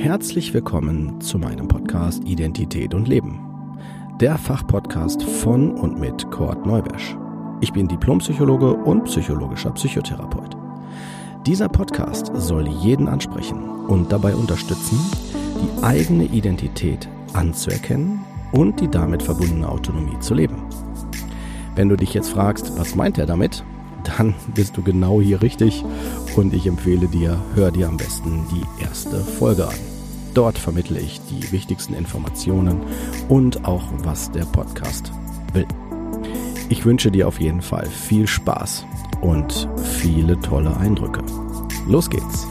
Herzlich willkommen zu meinem Podcast Identität und Leben. Der Fachpodcast von und mit Kurt Neubersch. Ich bin Diplompsychologe und psychologischer Psychotherapeut. Dieser Podcast soll jeden ansprechen und dabei unterstützen, die eigene Identität anzuerkennen und die damit verbundene Autonomie zu leben. Wenn du dich jetzt fragst, was meint er damit, dann bist du genau hier richtig und ich empfehle dir, hör dir am besten die erste Folge an. Dort vermittle ich die wichtigsten Informationen und auch, was der Podcast will. Ich wünsche dir auf jeden Fall viel Spaß und viele tolle Eindrücke. Los geht's!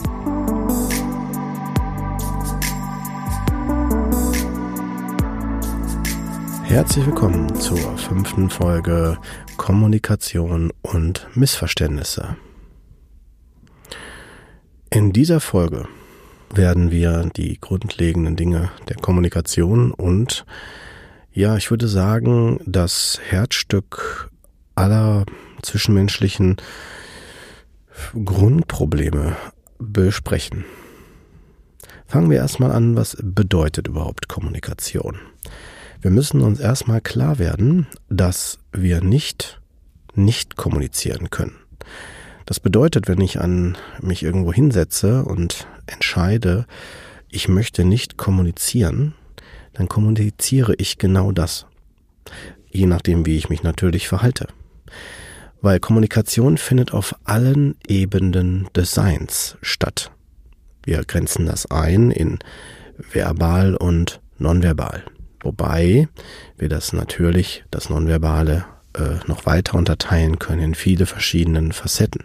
Herzlich willkommen zur 5. Folge Kommunikation und Missverständnisse. In dieser Folge werden wir die grundlegenden Dinge der Kommunikation und, ich würde sagen, das Herzstück aller zwischenmenschlichen Grundprobleme besprechen. Fangen wir erstmal an, was bedeutet überhaupt Kommunikation? Wir müssen uns erstmal klar werden, dass wir nicht kommunizieren können. Das bedeutet, wenn ich mich irgendwo hinsetze und entscheide, ich möchte nicht kommunizieren, dann kommuniziere ich genau das. Je nachdem, wie ich mich natürlich verhalte. Weil Kommunikation findet auf allen Ebenen des Seins statt. Wir grenzen das ein in verbal und nonverbal. Wobei wir das Nonverbale noch weiter unterteilen können in viele verschiedene Facetten.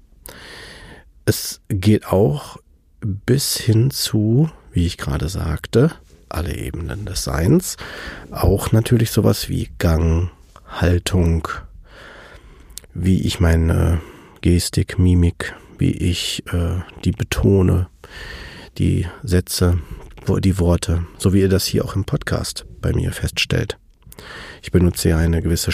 Es geht auch bis hin zu, wie ich gerade sagte, alle Ebenen des Seins, auch natürlich sowas wie Gang, Haltung, wie ich meine Gestik, Mimik, wie ich die betone, die Sätze, die Worte, so wie ihr das hier auch im Podcast bei mir feststellt. Ich benutze ja eine gewisse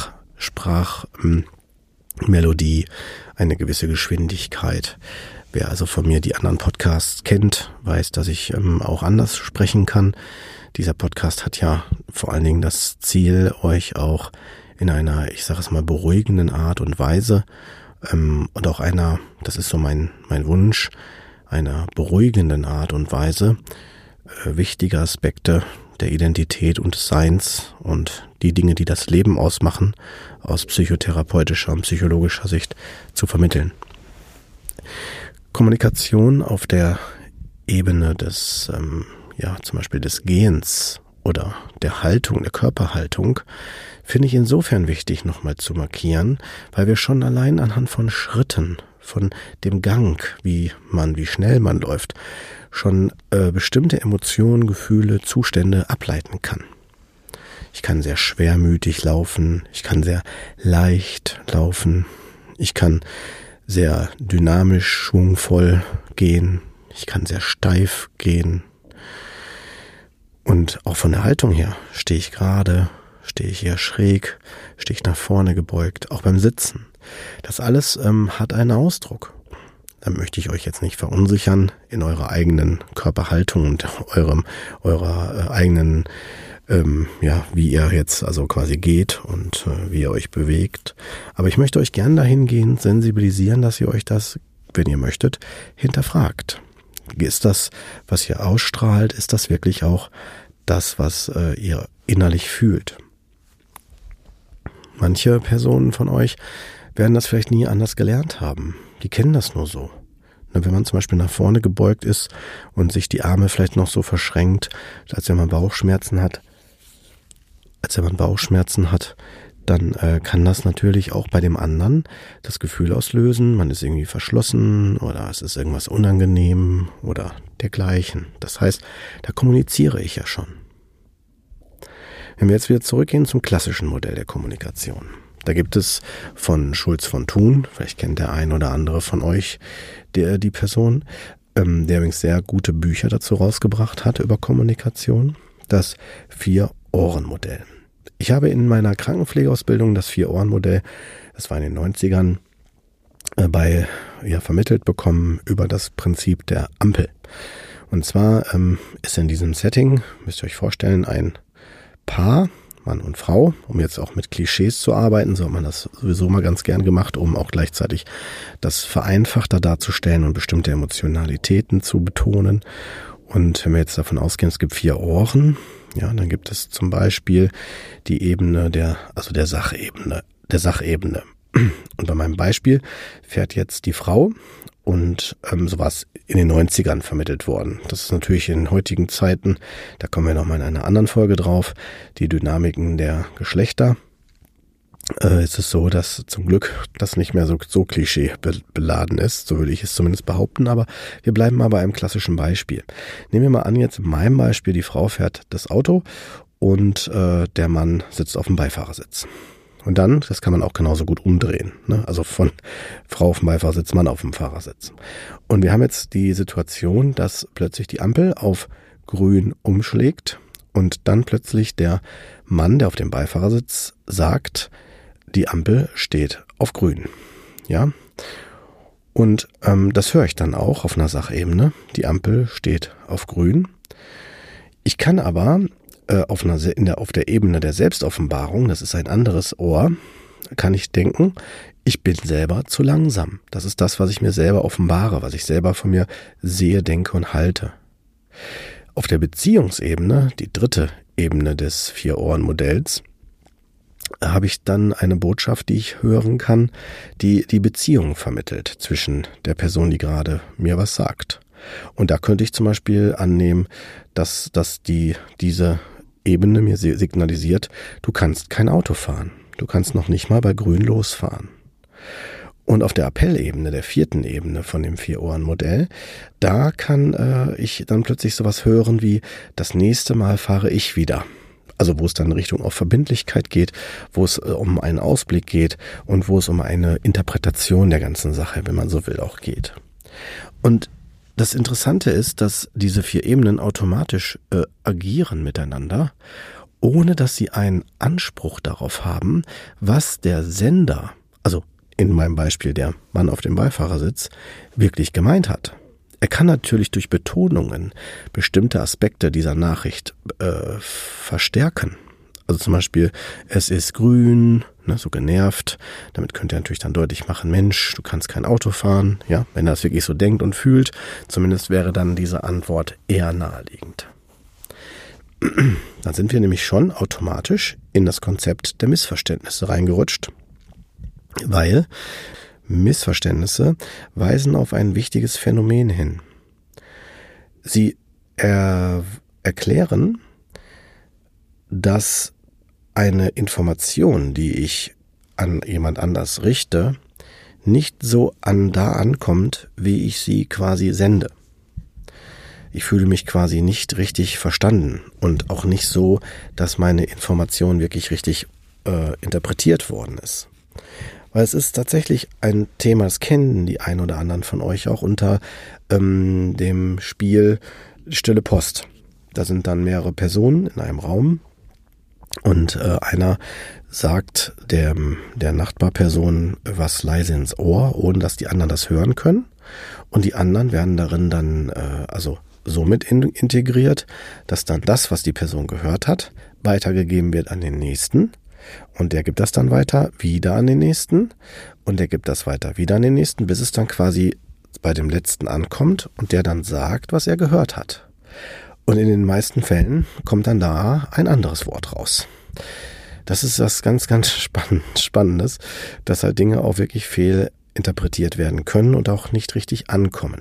Sprachmelodie, eine gewisse Geschwindigkeit. Wer also von mir die anderen Podcasts kennt, weiß, dass ich auch anders sprechen kann. Dieser Podcast hat ja vor allen Dingen das Ziel, euch auch in einer, ich sage es mal, beruhigenden Art und Weise und auch das ist so mein Wunsch, einer beruhigenden Art und Weise wichtige Aspekte der Identität und des Seins und die Dinge, die das Leben ausmachen, aus psychotherapeutischer und psychologischer Sicht zu vermitteln. Kommunikation auf der Ebene des, zum Beispiel des Gehens oder der Haltung, der Körperhaltung, finde ich insofern wichtig, nochmal zu markieren, weil wir schon allein anhand von Schritten, von dem Gang, wie schnell man läuft, schon bestimmte Emotionen, Gefühle, Zustände ableiten kann. Ich kann sehr schwermütig laufen, ich kann sehr leicht laufen, ich kann sehr dynamisch, schwungvoll gehen, ich kann sehr steif gehen. Und auch von der Haltung her, stehe ich gerade, stehe ich eher schräg, stehe ich nach vorne gebeugt, auch beim Sitzen. Das alles hat einen Ausdruck. Da möchte ich euch jetzt nicht verunsichern in eurer eigenen Körperhaltung und eurer eigenen, wie ihr jetzt also quasi geht und wie ihr euch bewegt. Aber ich möchte euch gern dahingehend sensibilisieren, dass ihr euch das, wenn ihr möchtet, hinterfragt. Ist das, was ihr ausstrahlt, ist das wirklich auch das, was ihr innerlich fühlt? Manche Personen von euch werden das vielleicht nie anders gelernt haben. Die kennen das nur so. Wenn man zum Beispiel nach vorne gebeugt ist und sich die Arme vielleicht noch so verschränkt, als wenn man Bauchschmerzen hat, dann kann das natürlich auch bei dem anderen das Gefühl auslösen, man ist irgendwie verschlossen oder es ist irgendwas unangenehm oder dergleichen. Das heißt, da kommuniziere ich ja schon. Wenn wir jetzt wieder zurückgehen zum klassischen Modell der Kommunikation. Da gibt es von Schulz von Thun, vielleicht kennt der ein oder andere von euch die Person, der übrigens sehr gute Bücher dazu rausgebracht hat über Kommunikation, das 4-Ohren-Modell. Ich habe in meiner Krankenpflegeausbildung das 4-Ohren-Modell, das war in den 90ern, vermittelt bekommen über das Prinzip der Ampel. Und zwar ist in diesem Setting, müsst ihr euch vorstellen, ein Paar, Mann und Frau, um jetzt auch mit Klischees zu arbeiten, so hat man das sowieso mal ganz gern gemacht, um auch gleichzeitig das vereinfachter darzustellen und bestimmte Emotionalitäten zu betonen. Und wenn wir jetzt davon ausgehen, es gibt 4 Ohren, ja, dann gibt es zum Beispiel die Ebene der Sachebene. Und bei meinem Beispiel fährt jetzt die Frau und so war es in den 90ern vermittelt worden. Das ist natürlich in heutigen Zeiten, da kommen wir nochmal in einer anderen Folge drauf, die Dynamiken der Geschlechter. Es ist so, dass zum Glück das nicht mehr so Klischee beladen ist, so würde ich es zumindest behaupten, aber wir bleiben mal bei einem klassischen Beispiel. Nehmen wir mal an, jetzt in meinem Beispiel, die Frau fährt das Auto und der Mann sitzt auf dem Beifahrersitz. Und dann, das kann man auch genauso gut umdrehen, ne? Also von Frau auf dem Beifahrersitz, Mann auf dem Fahrersitz. Und wir haben jetzt die Situation, dass plötzlich die Ampel auf grün umschlägt und dann plötzlich der Mann, der auf dem Beifahrersitz sagt, die Ampel steht auf grün. Ja? Und das höre ich dann auch auf einer Sachebene. Die Ampel steht auf grün. Ich kann aber auf der Ebene der Selbstoffenbarung, das ist ein anderes Ohr, kann ich denken, ich bin selber zu langsam. Das ist das, was ich mir selber offenbare, was ich selber von mir sehe, denke und halte. Auf der Beziehungsebene, die dritte Ebene des 4-Ohren-Modells, habe ich dann eine Botschaft, die ich hören kann, die die Beziehung vermittelt zwischen der Person, die gerade mir was sagt. Und da könnte ich zum Beispiel annehmen, dass diese Ebene mir signalisiert, du kannst kein Auto fahren. Du kannst noch nicht mal bei grün losfahren. Und auf der Appellebene, der 4. Ebene von dem 4-Ohren-Modell, da kann ich dann plötzlich sowas hören wie, das nächste Mal fahre ich wieder. Also wo es dann in Richtung auf Verbindlichkeit geht, wo es um einen Ausblick geht und wo es um eine Interpretation der ganzen Sache, wenn man so will, auch geht. Und das Interessante ist, dass diese 4 Ebenen automatisch agieren miteinander, ohne dass sie einen Anspruch darauf haben, was der Sender, also in meinem Beispiel der Mann auf dem Beifahrersitz, wirklich gemeint hat. Er kann natürlich durch Betonungen bestimmte Aspekte dieser Nachricht verstärken. Also zum Beispiel, es ist grün, ne, so genervt. Damit könnt ihr natürlich dann deutlich machen, Mensch, du kannst kein Auto fahren. Ja, wenn er das wirklich so denkt und fühlt, zumindest wäre dann diese Antwort eher naheliegend. Dann sind wir nämlich schon automatisch in das Konzept der Missverständnisse reingerutscht, weil Missverständnisse weisen auf ein wichtiges Phänomen hin. Sie erklären, dass eine Information, die ich an jemand anders richte, nicht so da ankommt, wie ich sie quasi sende. Ich fühle mich quasi nicht richtig verstanden und auch nicht so, dass meine Information wirklich richtig interpretiert worden ist. Weil es ist tatsächlich ein Thema, das kennen die ein oder anderen von euch auch unter dem Spiel Stille Post. Da sind dann mehrere Personen in einem Raum und einer sagt der Nachbarperson was leise ins Ohr, ohne dass die anderen das hören können. Und die anderen werden darin dann somit integriert, dass dann das, was die Person gehört hat, weitergegeben wird an den Nächsten. Und der gibt das dann weiter wieder an den Nächsten und der gibt das weiter wieder an den Nächsten, bis es dann quasi bei dem Letzten ankommt und der dann sagt, was er gehört hat. Und in den meisten Fällen kommt dann da ein anderes Wort raus. Das ist was ganz, ganz Spannendes, dass halt Dinge auch wirklich fehlinterpretiert werden können und auch nicht richtig ankommen.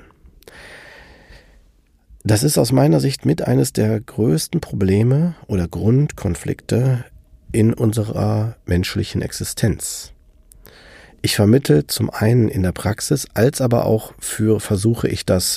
Das ist aus meiner Sicht mit eines der größten Probleme oder Grundkonflikte in unserer menschlichen Existenz. Ich vermittle zum einen in der Praxis, als aber auch versuche ich das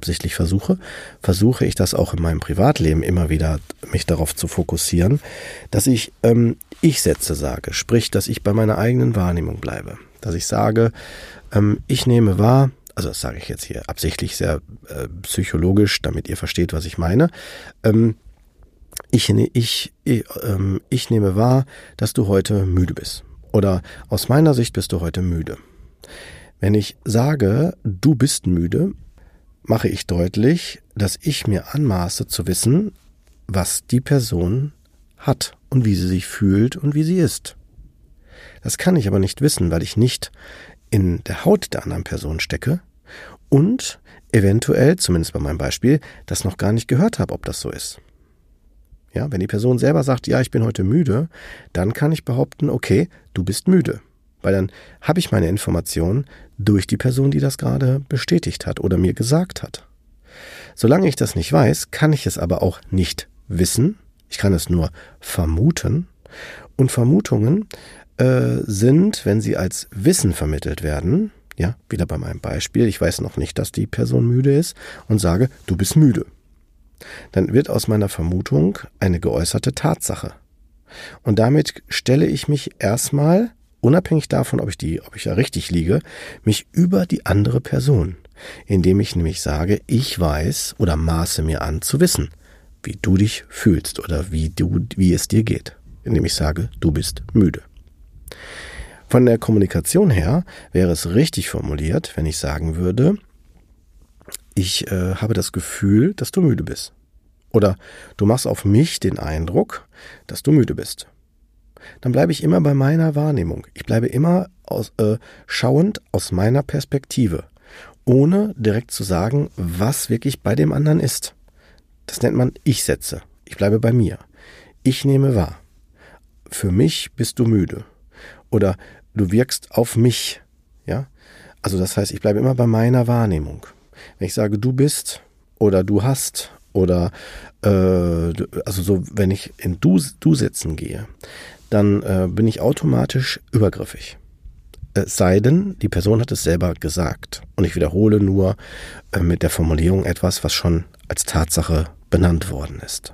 auch in meinem Privatleben immer wieder mich darauf zu fokussieren, dass ich Ich-Sätze sage, sprich, dass ich bei meiner eigenen Wahrnehmung bleibe. Dass ich sage, ich nehme wahr, also das sage ich jetzt hier absichtlich sehr psychologisch, damit ihr versteht, was ich meine. Ich nehme wahr, dass du heute müde bist. Oder aus meiner Sicht bist du heute müde. Wenn ich sage, du bist müde, mache ich deutlich, dass ich mir anmaße zu wissen, was die Person hat und wie sie sich fühlt und wie sie ist. Das kann ich aber nicht wissen, weil ich nicht in der Haut der anderen Person stecke und eventuell, zumindest bei meinem Beispiel, das noch gar nicht gehört habe, ob das so ist. Ja, wenn die Person selber sagt, ja, ich bin heute müde, dann kann ich behaupten, okay, du bist müde. Weil dann habe ich meine Information durch die Person, die das gerade bestätigt hat oder mir gesagt hat. Solange ich das nicht weiß, kann ich es aber auch nicht wissen. Ich kann es nur vermuten. Und Vermutungen sind, wenn sie als Wissen vermittelt werden, ja, wieder bei meinem Beispiel, ich weiß noch nicht, dass die Person müde ist und sage, du bist müde. Dann wird aus meiner Vermutung eine geäußerte Tatsache. Und damit stelle ich mich erstmal, unabhängig davon, ob ich ja richtig liege, mich über die andere Person, indem ich nämlich sage, ich weiß oder maße mir an zu wissen, wie du dich fühlst oder wie es dir geht, indem ich sage, du bist müde. Von der Kommunikation her wäre es richtig formuliert, wenn ich sagen würde, ich habe das Gefühl, dass du müde bist. Oder du machst auf mich den Eindruck, dass du müde bist. Dann bleibe ich immer bei meiner Wahrnehmung. Ich bleibe immer schauend aus meiner Perspektive, ohne direkt zu sagen, was wirklich bei dem anderen ist. Das nennt man Ich-Sätze. Ich bleibe bei mir. Ich nehme wahr. Für mich bist du müde. Oder du wirkst auf mich. Ja? Also das heißt, ich bleibe immer bei meiner Wahrnehmung. Wenn ich sage, du bist oder du hast oder also so, wenn ich in Du-Sätzen gehe, dann bin ich automatisch übergriffig. Es sei denn, die Person hat es selber gesagt. Und ich wiederhole nur mit der Formulierung etwas, was schon als Tatsache benannt worden ist.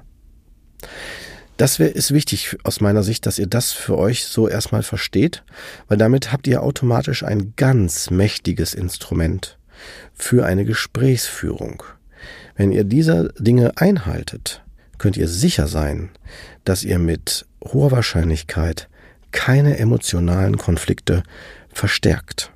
Das ist wichtig aus meiner Sicht, dass ihr das für euch so erstmal versteht, weil damit habt ihr automatisch ein ganz mächtiges Instrument für eine Gesprächsführung. Wenn ihr diese Dinge einhaltet, könnt ihr sicher sein, dass ihr mit hoher Wahrscheinlichkeit keine emotionalen Konflikte verstärkt.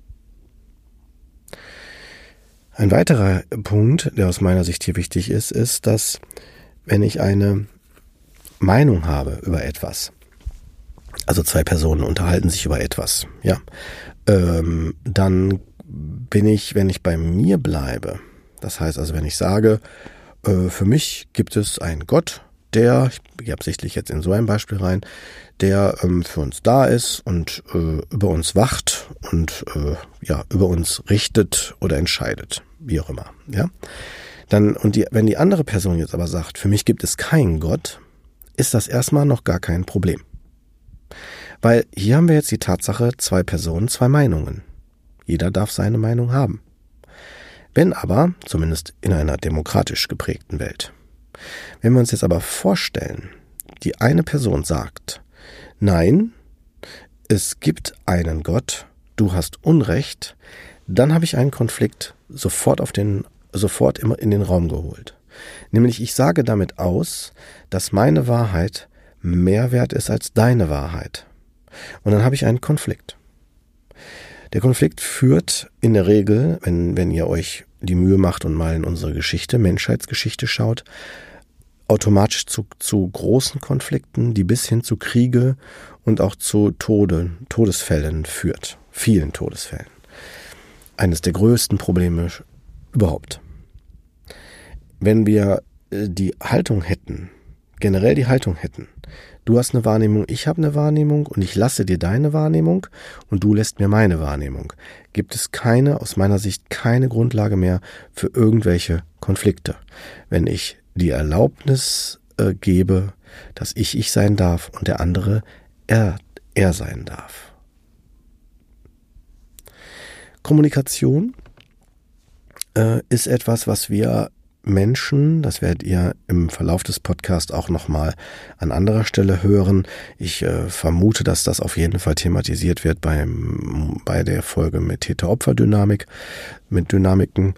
Ein weiterer Punkt, der aus meiner Sicht hier wichtig ist, ist, dass wenn ich eine Meinung habe über etwas, also zwei Personen unterhalten sich über etwas, ja, dann bin ich, wenn ich bei mir bleibe, das heißt also, wenn ich sage, für mich gibt es einen Gott, der, ich gehe absichtlich jetzt in so ein Beispiel rein, der für uns da ist und über uns wacht und über uns richtet oder entscheidet, wie auch immer, ja. Dann, wenn die andere Person jetzt aber sagt, für mich gibt es keinen Gott, ist das erstmal noch gar kein Problem. Weil hier haben wir jetzt die Tatsache, zwei Personen, zwei Meinungen. Jeder darf seine Meinung haben. Wenn aber, zumindest in einer demokratisch geprägten Welt, wenn wir uns jetzt aber vorstellen, die eine Person sagt, nein, es gibt einen Gott, du hast Unrecht, dann habe ich einen Konflikt sofort immer in den Raum geholt. Nämlich ich sage damit aus, dass meine Wahrheit mehr wert ist als deine Wahrheit. Und dann habe ich einen Konflikt. Der Konflikt führt in der Regel, wenn ihr euch die Mühe macht und mal in unsere Geschichte, Menschheitsgeschichte schaut, automatisch zu großen Konflikten, die bis hin zu Kriege und auch zu Todesfällen führt. Vielen Todesfällen. Eines der größten Probleme überhaupt. Wenn wir die Haltung hätten, generell die Haltung hätten, du hast eine Wahrnehmung, ich habe eine Wahrnehmung und ich lasse dir deine Wahrnehmung und du lässt mir meine Wahrnehmung, gibt es aus meiner Sicht keine Grundlage mehr für irgendwelche Konflikte. Wenn ich die Erlaubnis gebe, dass ich sein darf und der andere er sein darf. Kommunikation ist etwas, was wir Menschen, das werdet ihr im Verlauf des Podcasts auch nochmal an anderer Stelle hören. Ich vermute, dass das auf jeden Fall thematisiert wird bei der Folge mit Täter-Opfer-Dynamik, mit Dynamiken.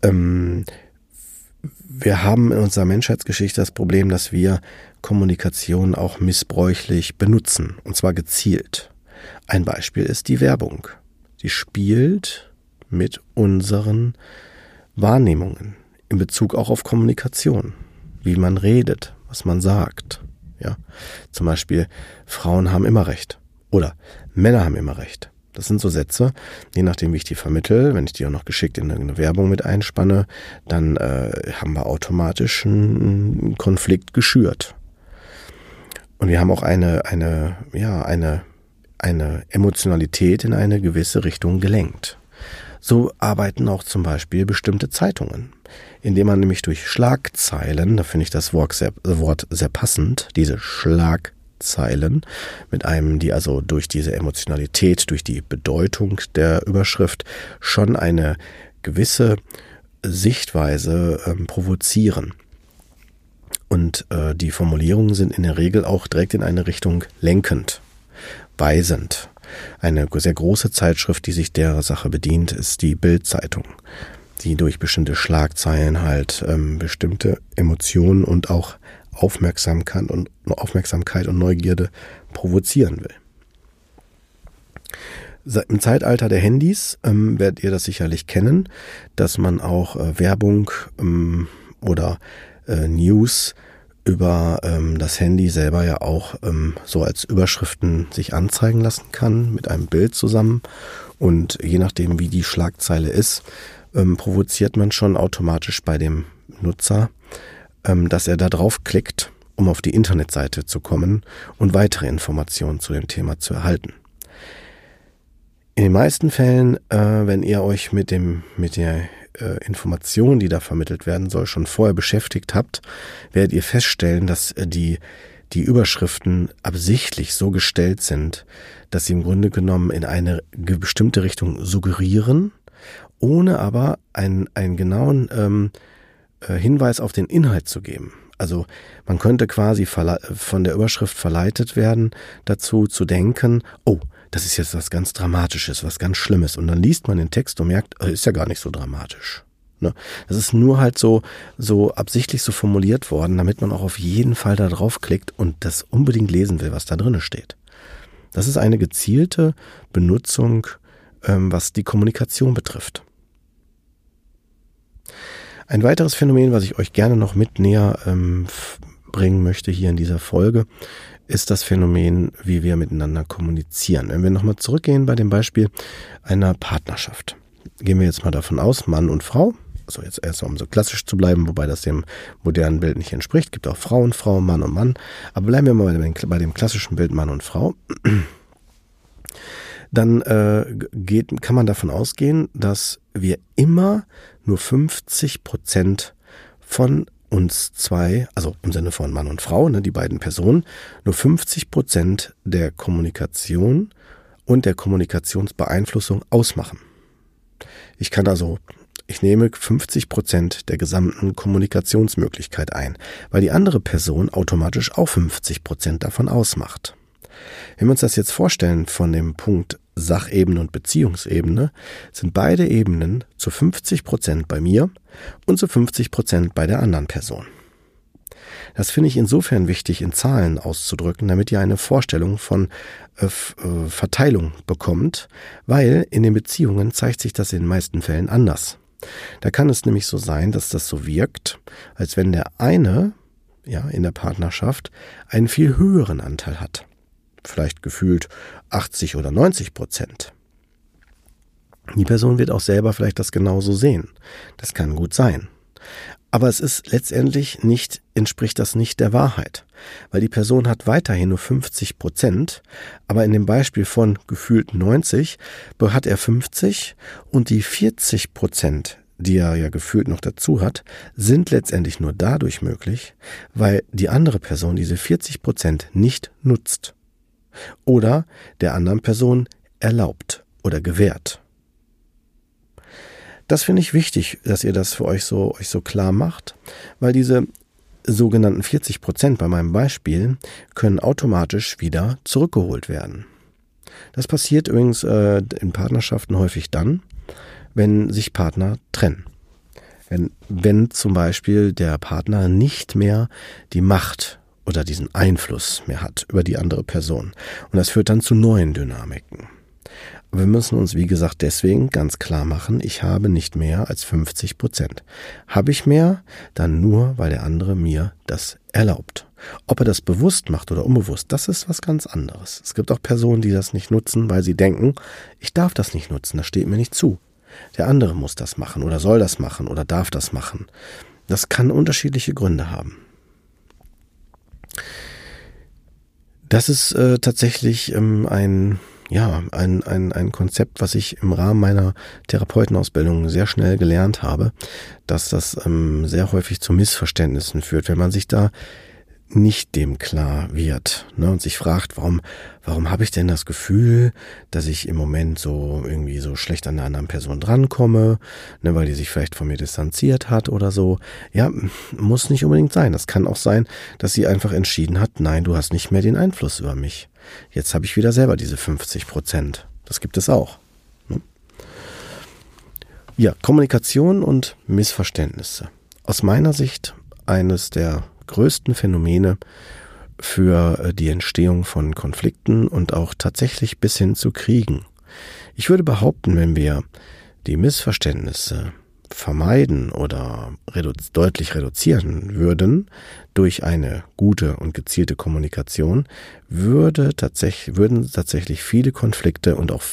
Wir haben in unserer Menschheitsgeschichte das Problem, dass wir Kommunikation auch missbräuchlich benutzen, und zwar gezielt. Ein Beispiel ist die Werbung. Sie spielt mit unseren Wahrnehmungen. in Bezug auch auf Kommunikation, wie man redet, was man sagt. Ja, zum Beispiel, Frauen haben immer Recht oder Männer haben immer Recht. Das sind so Sätze, je nachdem wie ich die vermittle, wenn ich die auch noch geschickt in eine Werbung mit einspanne, dann haben wir automatisch einen Konflikt geschürt. Und wir haben auch eine Emotionalität in eine gewisse Richtung gelenkt. So arbeiten auch zum Beispiel bestimmte Zeitungen, indem man nämlich durch Schlagzeilen, da finde ich das Wort sehr passend, diese Schlagzeilen, mit einem, die also durch diese Emotionalität, durch die Bedeutung der Überschrift schon eine gewisse Sichtweise provozieren. Und die Formulierungen sind in der Regel auch direkt in eine Richtung lenkend, weisend. Eine sehr große Zeitschrift, die sich der Sache bedient, ist die Bild-Zeitung, die durch bestimmte Schlagzeilen halt bestimmte Emotionen und auch Aufmerksamkeit und Neugierde provozieren will. Im Zeitalter der Handys werdet ihr das sicherlich kennen, dass man auch Werbung oder News über das Handy selber ja auch so als Überschriften sich anzeigen lassen kann, mit einem Bild zusammen. Und je nachdem, wie die Schlagzeile ist, provoziert man schon automatisch bei dem Nutzer, dass er da draufklickt, um auf die Internetseite zu kommen und weitere Informationen zu dem Thema zu erhalten. In den meisten Fällen, wenn ihr euch mit der Information, die da vermittelt werden soll, schon vorher beschäftigt habt, werdet ihr feststellen, dass die Überschriften absichtlich so gestellt sind, dass sie im Grunde genommen in eine bestimmte Richtung suggerieren, ohne aber einen genauen Hinweis auf den Inhalt zu geben. Also man könnte quasi von der Überschrift verleitet werden, dazu zu denken, oh, das ist jetzt was ganz Dramatisches, was ganz Schlimmes. Und dann liest man den Text und merkt, ist ja gar nicht so dramatisch. Ne? Das ist nur halt so absichtlich so formuliert worden, damit man auch auf jeden Fall da draufklickt und das unbedingt lesen will, was da drin steht. Das ist eine gezielte Benutzung, was die Kommunikation betrifft. Ein weiteres Phänomen, was ich euch gerne noch mit näher bringen möchte hier in dieser Folge, ist das Phänomen, wie wir miteinander kommunizieren. Wenn wir nochmal zurückgehen bei dem Beispiel einer Partnerschaft. Gehen wir jetzt mal davon aus, Mann und Frau. Also jetzt erst um so klassisch zu bleiben, wobei das dem modernen Bild nicht entspricht. Gibt auch Frau und Frau, Mann und Mann. Aber bleiben wir mal bei dem klassischen Bild Mann und Frau. Dann kann man davon ausgehen, dass wir immer nur 50% von uns zwei, also im Sinne von Mann und Frau, ne, die beiden Personen, nur 50% der Kommunikation und der Kommunikationsbeeinflussung ausmachen. Ich nehme 50% der gesamten Kommunikationsmöglichkeit ein, weil die andere Person automatisch auch 50% davon ausmacht. Wenn wir uns das jetzt vorstellen von dem Punkt Sachebene und Beziehungsebene, sind beide Ebenen zu 50% bei mir und zu 50% bei der anderen Person. Das finde ich insofern wichtig, in Zahlen auszudrücken, damit ihr eine Vorstellung von Verteilung bekommt, weil in den Beziehungen zeigt sich das in den meisten Fällen anders. Da kann es nämlich so sein, dass das so wirkt, als wenn der eine in der Partnerschaft einen viel höheren Anteil hat. Vielleicht gefühlt 80 oder 90%. Die Person wird auch selber vielleicht das genauso sehen. Das kann gut sein. Aber es ist letztendlich entspricht das nicht der Wahrheit. Weil die Person hat weiterhin nur 50%, aber in dem Beispiel von gefühlt 90 hat er 50 und die 40%, die er ja gefühlt noch dazu hat, sind letztendlich nur dadurch möglich, weil die andere Person diese 40% nicht nutzt. Oder der anderen Person erlaubt oder gewährt. Das finde ich wichtig, dass ihr das für euch so klar macht, weil diese sogenannten 40% bei meinem Beispiel können automatisch wieder zurückgeholt werden. Das passiert übrigens in Partnerschaften häufig dann, wenn sich Partner trennen. Wenn zum Beispiel der Partner nicht mehr die Macht oder diesen Einfluss mehr hat über die andere Person. Und das führt dann zu neuen Dynamiken. Wir müssen uns, wie gesagt, deswegen ganz klar machen, ich habe nicht mehr als 50%. Habe ich mehr, dann nur, weil der andere mir das erlaubt. Ob er das bewusst macht oder unbewusst, das ist was ganz anderes. Es gibt auch Personen, die das nicht nutzen, weil sie denken, ich darf das nicht nutzen, das steht mir nicht zu. Der andere muss das machen oder soll das machen oder darf das machen. Das kann unterschiedliche Gründe haben. Das ist tatsächlich ein Konzept, was ich im Rahmen meiner Therapeutenausbildung sehr schnell gelernt habe, dass das sehr häufig zu Missverständnissen führt, wenn man sich da nicht dem klar wird, ne, und sich fragt, warum habe ich denn das Gefühl, dass ich im Moment so irgendwie so schlecht an der anderen Person drankomme, ne, weil die sich vielleicht von mir distanziert hat oder so. Ja, muss nicht unbedingt sein. Das kann auch sein, dass sie einfach entschieden hat, nein, du hast nicht mehr den Einfluss über mich. Jetzt habe ich wieder selber diese 50%. Das gibt es auch. Ne? Ja, Kommunikation und Missverständnisse. Aus meiner Sicht eines der größten Phänomene für die Entstehung von Konflikten und auch tatsächlich bis hin zu Kriegen. Ich würde behaupten, wenn wir die Missverständnisse vermeiden oder deutlich reduzieren würden durch eine gute und gezielte Kommunikation, würden tatsächlich viele Konflikte und auch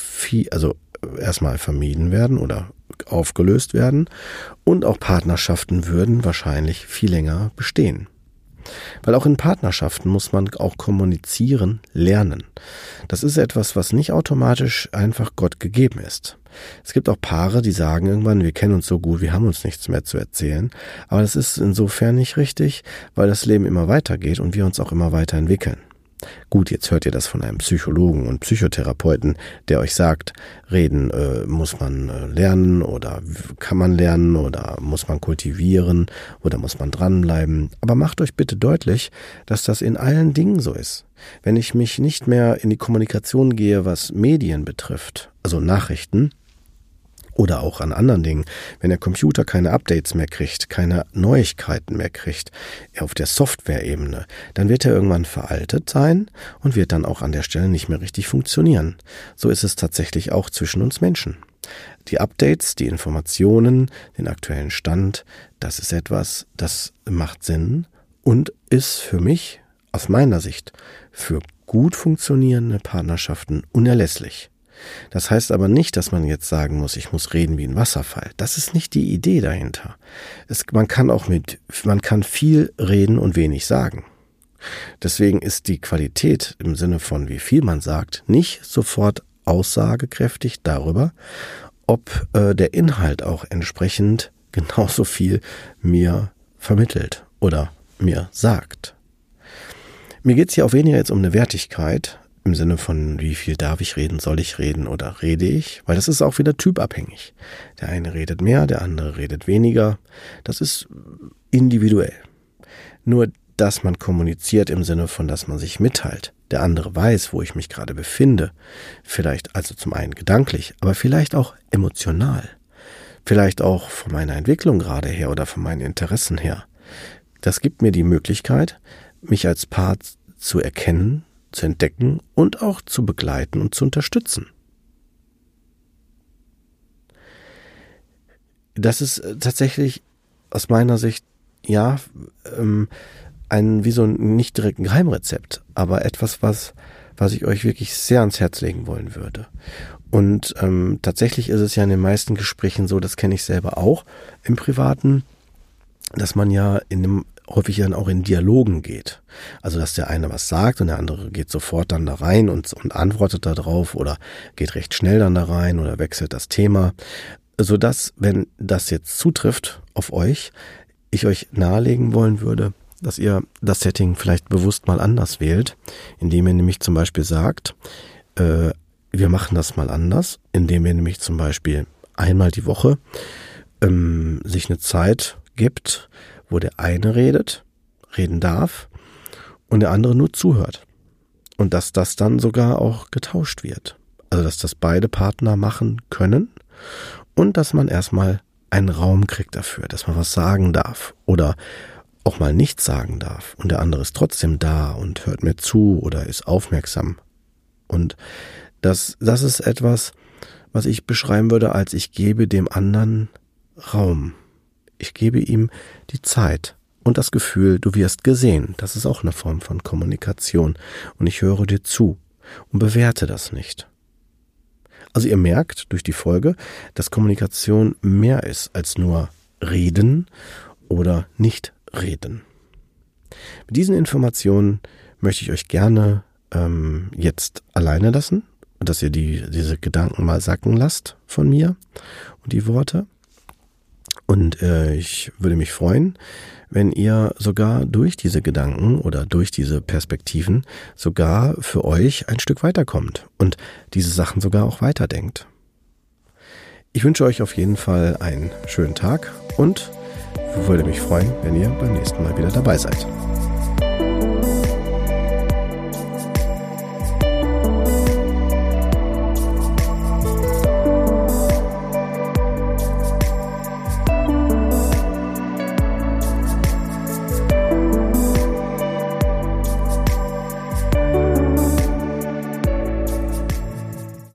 erstmal vermieden werden oder aufgelöst werden und auch Partnerschaften würden wahrscheinlich viel länger bestehen. Weil auch in Partnerschaften muss man auch kommunizieren lernen. Das ist etwas, was nicht automatisch einfach Gott gegeben ist. Es gibt auch Paare, die sagen irgendwann, wir kennen uns so gut, wir haben uns nichts mehr zu erzählen. Aber das ist insofern nicht richtig, weil das Leben immer weitergeht und wir uns auch immer weiterentwickeln. Gut, jetzt hört ihr das von einem Psychologen und Psychotherapeuten, der euch sagt, reden muss man lernen oder kann man lernen oder muss man kultivieren oder muss man dranbleiben. Aber macht euch bitte deutlich, dass das in allen Dingen so ist. Wenn ich mich nicht mehr in die Kommunikation gehe, was Medien betrifft, also Nachrichten, oder auch an anderen Dingen, wenn der Computer keine Updates mehr kriegt, keine Neuigkeiten mehr kriegt, auf der Software-Ebene, dann wird er irgendwann veraltet sein und wird dann auch an der Stelle nicht mehr richtig funktionieren. So ist es tatsächlich auch zwischen uns Menschen. Die Updates, die Informationen, den aktuellen Stand, das ist etwas, das macht Sinn und ist für mich, aus meiner Sicht, für gut funktionierende Partnerschaften unerlässlich. Das heißt aber nicht, dass man jetzt sagen muss, ich muss reden wie ein Wasserfall. Das ist nicht die Idee dahinter. Man kann viel reden und wenig sagen. Deswegen ist die Qualität im Sinne von wie viel man sagt, nicht sofort aussagekräftig darüber, ob der Inhalt auch entsprechend genauso viel mir vermittelt oder mir sagt. Mir geht es hier auch weniger jetzt um eine Wertigkeit, im Sinne von, wie viel darf ich reden, soll ich reden oder rede ich? Weil das ist auch wieder typabhängig. Der eine redet mehr, der andere redet weniger. Das ist individuell. Nur, dass man kommuniziert im Sinne von, dass man sich mitteilt. Der andere weiß, wo ich mich gerade befinde. Vielleicht also zum einen gedanklich, aber vielleicht auch emotional. Vielleicht auch von meiner Entwicklung gerade her oder von meinen Interessen her. Das gibt mir die Möglichkeit, mich als Paar zu erkennen, zu entdecken und auch zu begleiten und zu unterstützen. Das ist tatsächlich aus meiner Sicht, ja, wie so ein nicht direkt ein Geheimrezept, aber etwas, was ich euch wirklich sehr ans Herz legen wollen würde. Und tatsächlich ist es ja in den meisten Gesprächen so, das kenne ich selber auch im Privaten, dass man ja häufig dann auch in Dialogen geht. Also, dass der eine was sagt und der andere geht sofort dann da rein und antwortet da drauf oder geht recht schnell dann da rein oder wechselt das Thema. Sodass, wenn das jetzt zutrifft auf euch, ich euch nahelegen wollen würde, dass ihr das Setting vielleicht bewusst mal anders wählt, indem ihr nämlich zum Beispiel sagt, wir machen das mal anders, indem ihr nämlich zum Beispiel einmal die Woche sich eine Zeit gibt, wo der eine reden darf und der andere nur zuhört. Und dass das dann sogar auch getauscht wird. Also dass das beide Partner machen können und dass man erstmal einen Raum kriegt dafür, dass man was sagen darf oder auch mal nichts sagen darf und der andere ist trotzdem da und hört mir zu oder ist aufmerksam. Und das ist etwas, was ich beschreiben würde als ich gebe dem anderen Raum. Ich gebe ihm die Zeit und das Gefühl, du wirst gesehen. Das ist auch eine Form von Kommunikation. Und ich höre dir zu und bewerte das nicht. Also ihr merkt durch die Folge, dass Kommunikation mehr ist als nur reden oder nicht reden. Mit diesen Informationen möchte ich euch gerne jetzt alleine lassen und dass ihr diese Gedanken mal sacken lasst von mir und die Worte. Und ich würde mich freuen, wenn ihr sogar durch diese Gedanken oder durch diese Perspektiven sogar für euch ein Stück weiterkommt und diese Sachen sogar auch weiterdenkt. Ich wünsche euch auf jeden Fall einen schönen Tag und würde mich freuen, wenn ihr beim nächsten Mal wieder dabei seid.